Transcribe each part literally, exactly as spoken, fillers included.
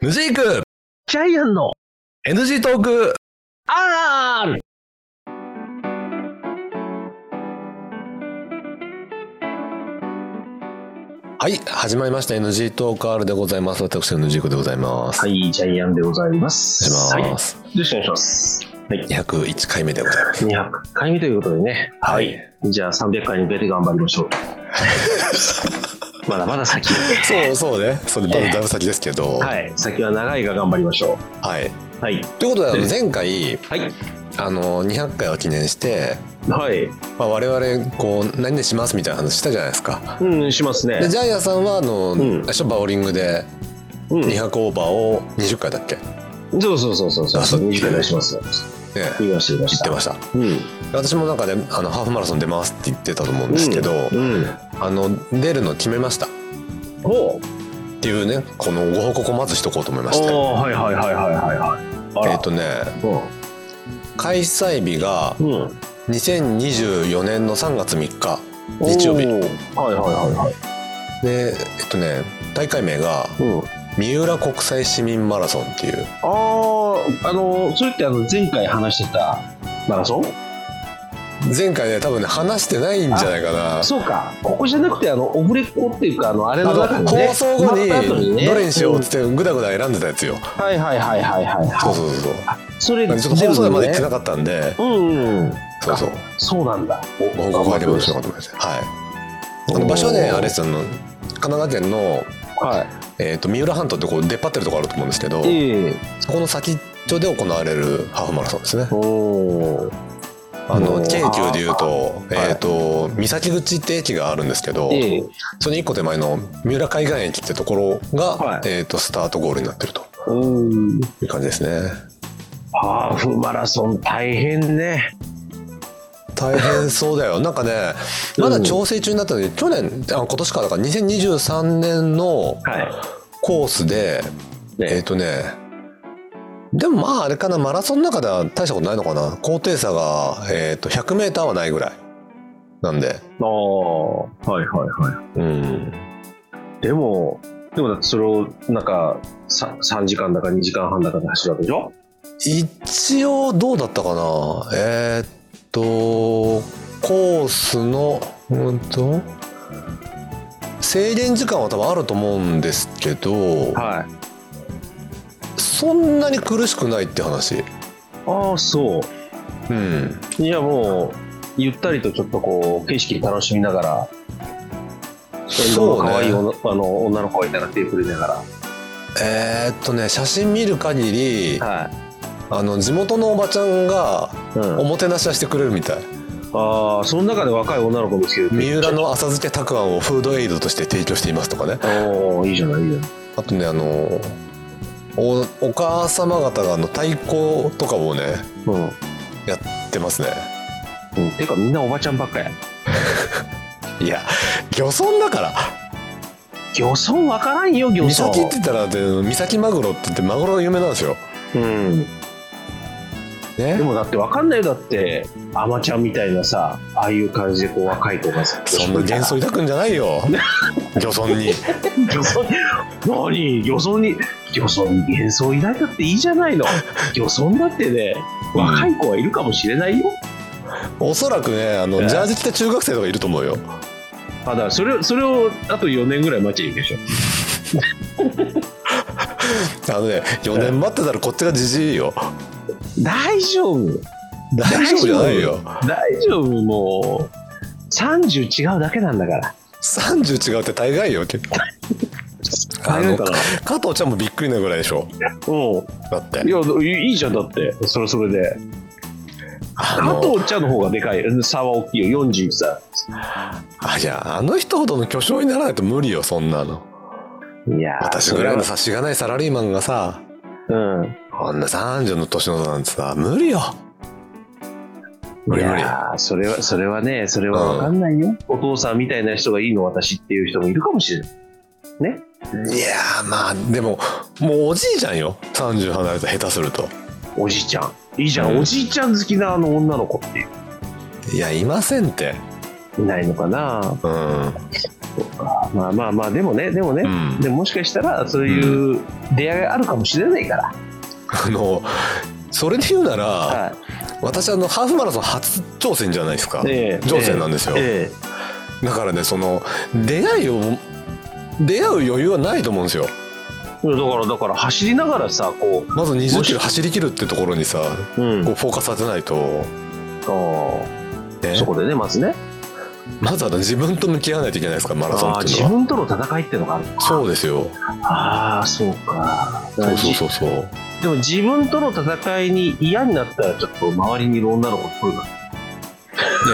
ヌジークジャイアンのエヌジー トークアール。 はい、始まりました エヌジー トーク R でございます。私のヌジークでございます。 はい、ジャイアンでございます。 お願いします、 はい、よろしくお願いします。はい、 にひゃくいっかいめでございます。 にひゃくかいめということでね、 はい、 はい、じゃあさんびゃっかいに向けて頑張りましょう。まだまだ先そうそうね、それまだだいぶ先ですけど、 えー、はい、先は長いが頑張りましょう。はい、 はい、 ということで前回、 はい、 あのにひゃっかいを記念して、 はい、 まあ、我々こう何でしますみたいな話したじゃないですか。 うんしますね。 でジャイアンさんはあの、うん、バウリングでにひゃくオーバーをにじゅっかいだっけ、 うん、そうそうそうそうそうにじゅっかい出しますよ。ね、言いました言いました言ってました、 うん、 私もなんかであのハーフマラソン出ますって言ってたと思うんですけど、うんうん、あの出るの決めましたおっていうね、このご報告をまずしとこうと思いまして。 おはいはいはいはいはいはい。 えっ、ー、とね、開催日がにせんにじゅうよねんのさんがつみっか日曜日。はいはいはいはい。 でえっとね大会名が、うん三浦国際市民マラソンっていう。 ああ、あのそれってあの前回話してたマラソン？ 前回ね多分ね話してないんじゃないかな。 そうか、ここじゃなくてあのオフレコっていうかあのあれの中にね、 放送後にどれにしようってグダグダ選んでたやつよ。 はいはいはいはいはい。 そうそうそう。 それちょっと放送まで行ってなかったんで。うんうん。そうそう。 そうなんだ。 ご報告ありましたかと思います。はい。あの場所はねあれですよ、神奈川県のはい。えー、と三浦半島ってこう出っ張ってるところあると思うんですけど、えー、そこの先っちょで行われるハーフマラソンですね。おあの京急でいうと、えー、と三崎口って駅があるんですけど、えー、その一個手前の三浦海岸駅ってところが、はい、えー、とスタートゴールになってるという感じですね。 ハーフマラソン大変ね。 大変そうだよ。なんかねまだ調整中になったのに、うん、去年あ今年かだからにせんにじゅうさんねんのコースで、はい、えっ、ー、とねでもまああれかな、マラソンの中では大したことないのかな。高低差が、えー、とひゃくメーターはないぐらいなんで。ああはいはいはい。うんでもでもだってそれをなんか 3, さんじかんだかにじかんはんだかで走るわけでしょ。 一応どうだったかな。えー、っとコースのうんと制限時間は多分あると思うんですけど、はい、そんなに苦しくないって話。 ああそう。うんいやもうゆったりとちょっとこう景色楽しみながら、そうね、可愛いおあの女の子がいたら手振りながら、 えー、っとね写真見る限り、はい、あの地元のおばちゃんがおもてなしはしてくれるみたい、うん、 ああその中で若い女の子ですけど、 三浦の浅漬けたくあんをフードエイドとして提供していますとかね。 おいいじゃないいいじゃない。 あとねあの お, お母様方があの太鼓とかをね、うん、やってますね、 うん、てかみんなおばちゃんばっかやいや漁村だから。 漁村わからんよ。漁村三崎って言ったらで三崎マグロって言ってマグロが有名なんですよ。うんね、でもだって分かんないよ。だってアマちゃんみたいなさああいう感じでこう若い子がさそんな幻想抱くんじゃないよ漁村に漁村何漁村に漁村に幻想抱いたっていいじゃないの。漁村だってね若い子はいるかもしれないよ、 うん、おそらくねあのジャージ着た中学生とかいると思うよ。 あだからそれそれをあとよねんぐらい待ちにいくでしょあのねよねん待ってたらこっちがじじいよ。 大丈夫大丈夫じゃないよ。 大丈夫もうさんじゅう違うだけなんだから。 さんじゅう違うって大概よ結構あの加藤ちゃんもびっくりなぐらいでしょ。うんだっていやいいじゃん。だってそれそれで加藤ちゃんの方がでかい差は大きいよ。よんじゅうさん。 あいやあの人ほどの巨匠にならないと無理よそんなの。いや私ぐらいの察しがないサラリーマンがさ、うん、こんなさんじゅうの年のなんてさ無理よ。無理無理。いやそれはそれはねそれは分かんないよ、うん、お父さんみたいな人がいいの私っていう人もいるかもしれないね。 いやまあでももうおじいちゃんよ。さんじゅう離れた下手するとおじいちゃんいいじゃん、うん、おじいちゃん好きなあの女の子っていう。 いやいませんって。 いないのかな。うんそうか、まあまあまあでもねでもね、うん、でももしかしたらそういう出会いがあるかもしれないから、 うん、あのそれで言うなら、はい、私あのハーフマラソン初挑戦じゃないですか、えー、挑戦なんですよ、えー、だからねその出会いを出会う余裕はないと思うんですよ。 だからだから走りながらさこうまずにじゅっキロ走り切るってところにさ、うん、こうフォーカスさせないと、 あ、ね、そこでねまずねまずは自分と向き合わないといけないですからマラソンっていうのは。 自分との戦いっていうのがあるのか。 そうですよ。 ああそうか。 そうそうそうそう。 でも自分との戦いに嫌になったらちょっと周りにいる女の子来るから。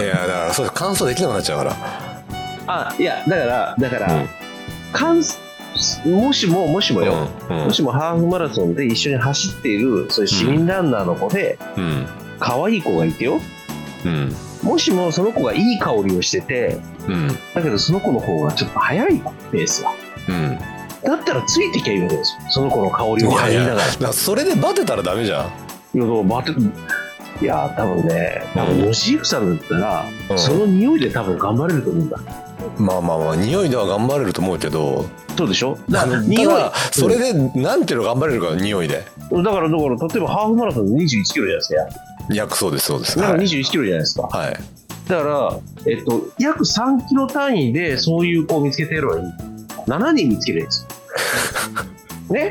いやいやだからそれ完走できなくなっちゃうから。 あいやだからだから、うん、完もしももしもよ、うんうん、もしもハーフマラソンで一緒に走っているそういう市民ランナーの子で、うん、可愛い子がいてよ、うん、もしもその子がいい香りをしてて、うん、だけどその子の方がちょっと速いペースは、うん、だったらついてきゃいいわけですよ。その子の香りを嗅ぎながら。いやいやだからそれでバテたらダメじゃん。 いやバテいや多分ね多分吉幾さんだったら、うん、その匂いで多分頑張れると思うんだ。 まあまあまあ匂いでは頑張れると思うけど。 そうでしょ。だから匂いそれで何キロ頑張れるか匂いで。 だからだから例えばハーフマラソンでにじゅういちキロじゃないですか。 約そうですそうです。 だからにじゅういちキロじゃないですか。 はい。 だからえっと約さんキロ単位でそういう子を見つけてやればいい。ななにん見つけるやつ。ね。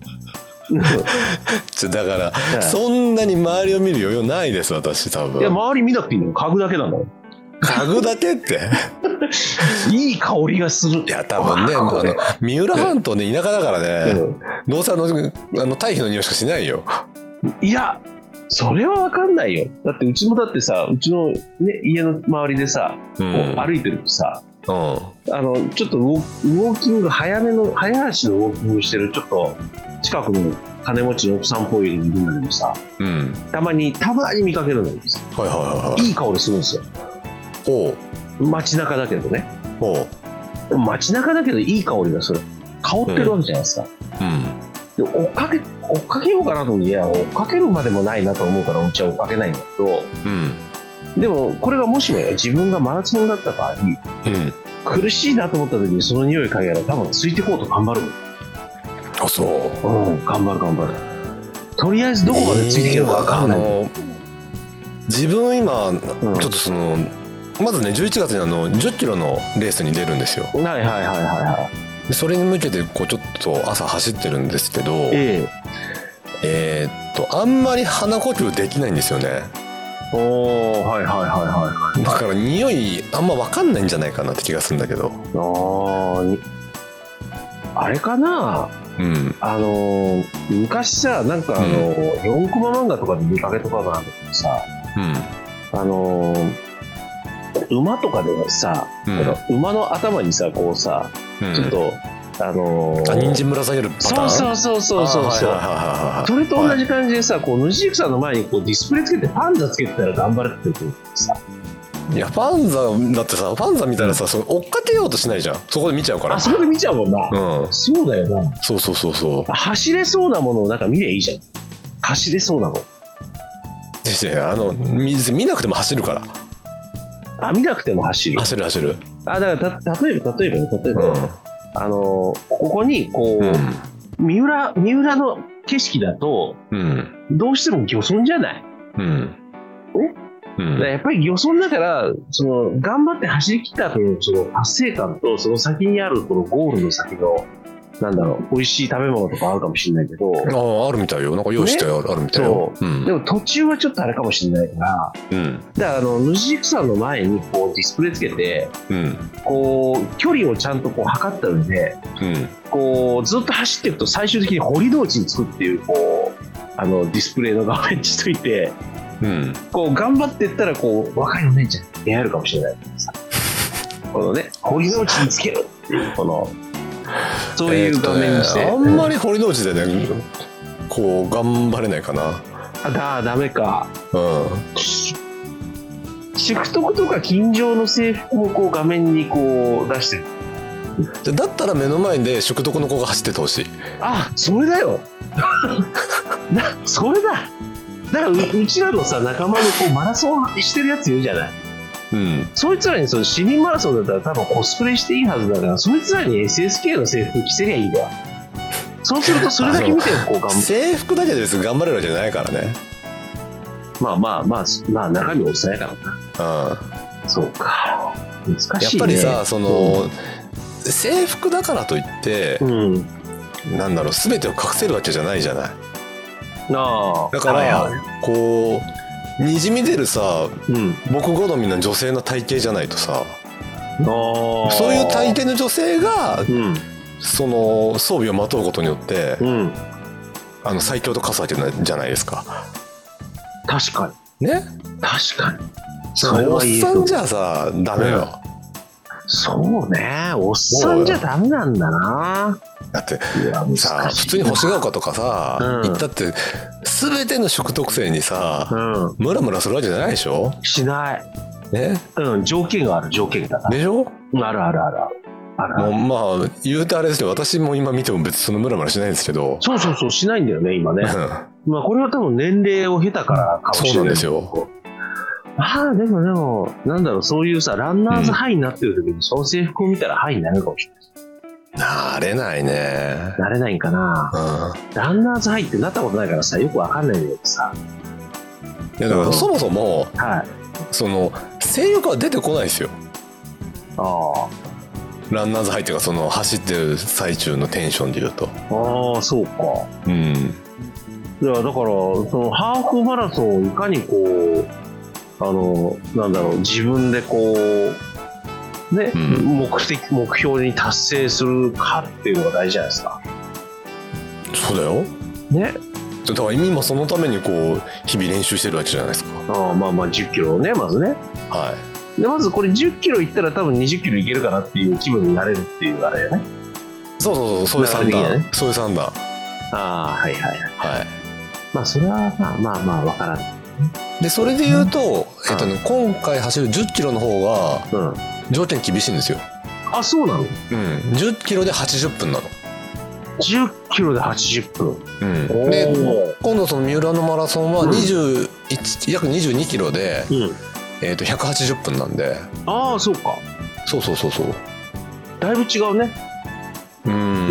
ちょだから、はい、そんなに周りを見る余裕ないです私多分。 いや周り見なくていいの嗅ぐだけなんだよ。 嗅ぐだけっていい香りがする。 いや多分ねあの三浦半島ね田舎だからね、うん、どうせあのあの堆肥の匂いしかしないよ。 いやそれは分かんないよ。だってうちもだってさうちの、ね、家の周りでさ、うん、歩いてるとさ、うん、あのちょっとウォーキング早めの早足のウォーキングしてるちょっと近くの金持ちの奥さんっぽいのいるんだけどさ、うん、たまにたまに見かけるんですよ、はいはいはいはい、いい香りするんですよ。 ほう街中だけどね。ほう街中だけどいい香りがする香ってるわけじゃないですか、うんうん、で追っかけ追っかけようかなと思う。いや追っかけるまでもないなと思うからうちは追っかけないんだけど、うん、でもこれがもしも自分がマラソンだった場合、うん、苦しいなと思った時にその匂い嗅いだら多分ついてこうと頑張るもん。 あそう、 うん、頑張る頑張る。とりあえずどこまでついていけるか分かんない、えー、あの自分今、うん、ちょっとそのまずねじゅういちがつにあのじゅっキロのレースに出るんですよ。 はいはいはいはいはい。 でそれに向けてこうちょっと朝走ってるんですけど、えー、えー、っとあんまり鼻呼吸できないんですよね。 おーはいはいはいはい。 だから匂いあんま分かんないんじゃないかなって気がするんだけど。 ああれかな。うん、あの昔さなんかあの、うん、よんコマ漫画とかで見かけとかなんだけどさ、うん、あの馬とかではさ、うん、馬の頭にさこうさ、うん、ちょっとあのー、 あ人参ぶら下げるパターン。 そうそうそうそうそう。それと同じ感じでさ、こうヌジークさんの前にこうディスプレイつけてパンザつけてたら頑張れって言うさ。 いやパンザだってさパンザ見たらさ、うん、その追っかけようとしないじゃん。そこで見ちゃうから。 あそこで見ちゃうもんな。うん。そうだよな。 そうそうそうそう。 走れそうなものをなんか見りゃいいじゃん。走れそうなの。 いやあの 見, 見なくても走るから。 あ見なくても走る。 走る走る。 あだからた例えば例えば例えば、うん、あのここにこう、うん、三浦三浦の景色だと、うん、どうしても漁村じゃない。うん。ね。うん、だやっぱり漁村だからその頑張って走り切った後のその達成感とその先にあるこのゴールの先のなんだろう美味しい食べ物とかあるかもしれないけどあああるみたいよなんか用意してあるみたいよ、 ねそううん、でも途中はちょっとあれかもしれないから、うん、だからあのヌジークさんの前にこうディスプレイつけて、うん、こう距離をちゃんとこう測った上で、うん、こうずっと走っていくと最終的に堀之内に着くっていうこうあのディスプレイの画面にしといてうん、こう頑張っていったらこう若いお姉ちゃんに出会えるかもしれないけどさこのね堀之内につけるっていうこのそういう画面にして、えーね、 あんまり堀之内でねこう頑張れないかなあだダメかうん宿徳とか金城の制服もこう画面にこう出してるだったら目の前で宿徳の子が走っててほしいあそれだよなそれだだから う, うちらのさ仲間のこうマラソンしてるやついるじゃない、 うん、そいつらにその市民マラソンだったら多分コスプレしていいはずだから、そいつらに エスエスケー の制服着せりゃいいんだよ。そうするとそれだけ見てこう頑張る。 制服だけで別に頑張れるわけじゃないからね。 まあまあまあまあ中身おっさんやからな。うん。そうか。難しいね。 やっぱりさ、その、うん、制服だからといって、うん、なんだろう、全てを隠せるわけじゃないじゃない。 あだからこうにじみ出るさ、うん、僕好みの女性の体型じゃないとさ、あそういう体型の女性が、うん、その装備をまとうことによって、うん、あの最強と化すわけじゃないですか。 確かにね。 確かにそれおっさんじゃさダメよ、 うん、そうね、おっさんじゃダメなんだな。 だってさ、普通に星ヶ丘とかさ、うん、行ったって全ての食特性にさ、うん、ムラムラするわけじゃないでしょ。 しないね、 うん、条件がある条件だな。 でしょ。 あるあるあるある。 もうまあ言うてあれですけど、私も今見ても別にそのムラムラしないんですけど。 そうそうそう、しないんだよね今ね。まあこれは多分年齢を経たからかもしれない。 そうなんですよ。 ああ、でもでもなんだろう、そういうさランナーズハイになってる時にその制服を見たらハイになるかもしれない。 なれないね。 なれないんかな、うん、ランナーズハイってなったことないからさよくわかんないんだけどさ。 いやだからそもそも、はい、その性欲は出てこないですよ。ああ、ランナーズハイっていうかその走ってる最中のテンションでいうと。 ああそうか。うん。いやだからそのハーフマラソンをいかにこうあのなんだろう自分でこうね、うん、目的目標に達成するかっていうのが大事じゃないですか。 そうだよね。 だから今そのためにこう日々練習してるわけじゃないですか。 ああまあまあじゅっキロねまずね。 はい。 でまずこれじゅっキロいったら多分にじゅっキロいけるかなっていう気分になれるっていうあれね。 そうそうそう、そういう算段、ね、そういう算段。 ああはいはいはい。 はい。 まあそれはまあまあまあわからない。 でそれで言うと、うん、えっとね、今回走るじゅっキロの方が、うん条件厳しいんですよ。 あ、そうなの？ うん。じゅっキロではちじゅっぷんなの。 じゅっキロではちじゅっぷん。 うん。で、今度その三浦のマラソンはにじゅういち、うん、約にじゅうにキロで、うん、えっとひゃくはちじゅっぷんなんで。 ああ、そうか。 そうそうそうそう。 だいぶ違うね。 うん。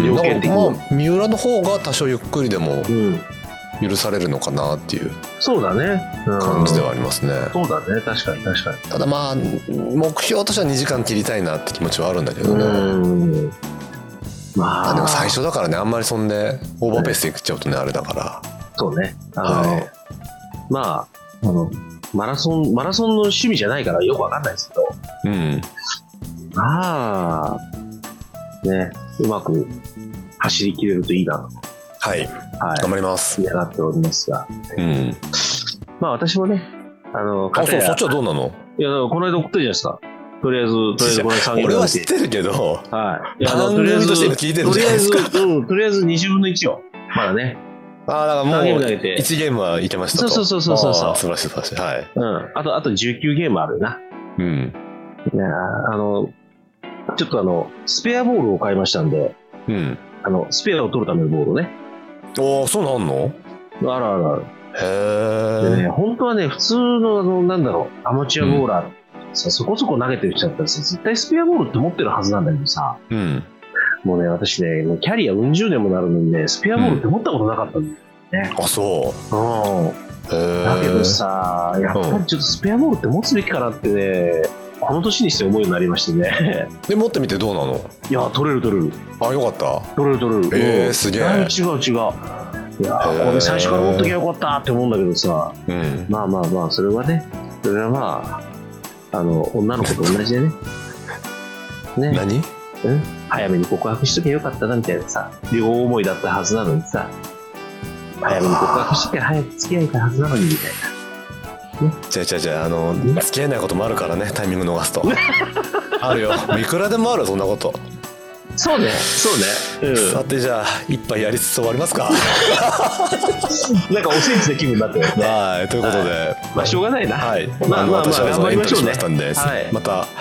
条件的に。まあ三浦の方が多少ゆっくりでも許されるのかなっていう。 そうだね。 感じではありますね。 そうだね。確かに確かに。 ただまあ目標としてはにじかん切りたいなって気持ちはあるんだけどね。うんまあでも最初だからね、あんまりそんでオーバーペースでいっちゃうとねあれだから。 そうね。あの、はい、まああのマラソンマラソンの趣味じゃないからよくわかんないですけど。うん。まあねうまく走り切れるといいなと。 はい。はい、頑張ります。 嫌がっておりますが。うん。まあ私もね、あの、 あ、そう、そっちはどうなの？ いや、この間送ったじゃないですか。とりあえず、とりあえずこれさんげん俺は知ってるけど、はい。番組として聞いてるじゃないですか。 とりあえず、うん、とりあえずにじゅうぶんのいちよ。まだね。 ああ、だからもういちゲームはいけましたと。 そうそうそうそうそう。 素晴らしい素晴らしい。はい。 うん。あと、あとじゅうきゅうゲームあるな。うん。いやあの、ちょっとあの、スペアボールを買いましたんで、うん。あの、スペアを取るためのボールね。 おー、そうなんの？ あらあらあら。 へえ。でね、本当はね、普通の、あの、なんだろう、アマチュアボーラー、うん、さ、そこそこ投げてる人だったらさ、絶対スペアボールって持ってるはずなんだけどさ、うん。もうね、私ね、キャリアうん十年もなるのにね、スペアボールって持ったことなかったんだよね。 うん、あ、そう。 うん。へだけどさ、やっぱりちょっとスペアボールって持つべきかなってね、この年にして思うようになりましてね。 で、持ってみてどうなの？いや、取れる取れる。 あ、よかった。 取れる取れる。 えー、すげえ。 違う違う。いやこれ最初から持っときゃよかったって思うんだけどさ、うん、まあまあまあそれはねそれはまああの女の子と同じでねね何、うん、 早めに告白しときゃよかったなみたいなさ両思いだったはずなのにさ早めに告白しときゃ早く付き合えたはずなのにみたいな、ね、 じゃあじゃあじゃああの付き合えないこともあるからねタイミング逃すとあるよいくらでもあるそんなことそうね、そうね。 うん、さてじゃあ一杯やりつつ終わりますか。 なんかおセンスな気分になってますね。 はい、ということで、はい、 まあしょうがないな。 はい。まあまあ私は頑張りましょうね。また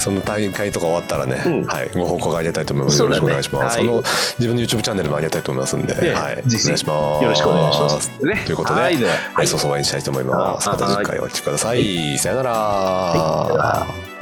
その大会とか終わったらね、うん、はい、ご報告あげたいと思います。よろしくお願いします。そ、ね、はい、の自分の YouTube チャンネルもあげたいと思いますんで、ね、はい、お願いします。 よろしくお願いします。ね、 ということで、はい、はい、そそばにしたいと思います。また次回お聞きください。はい、さよなら。はい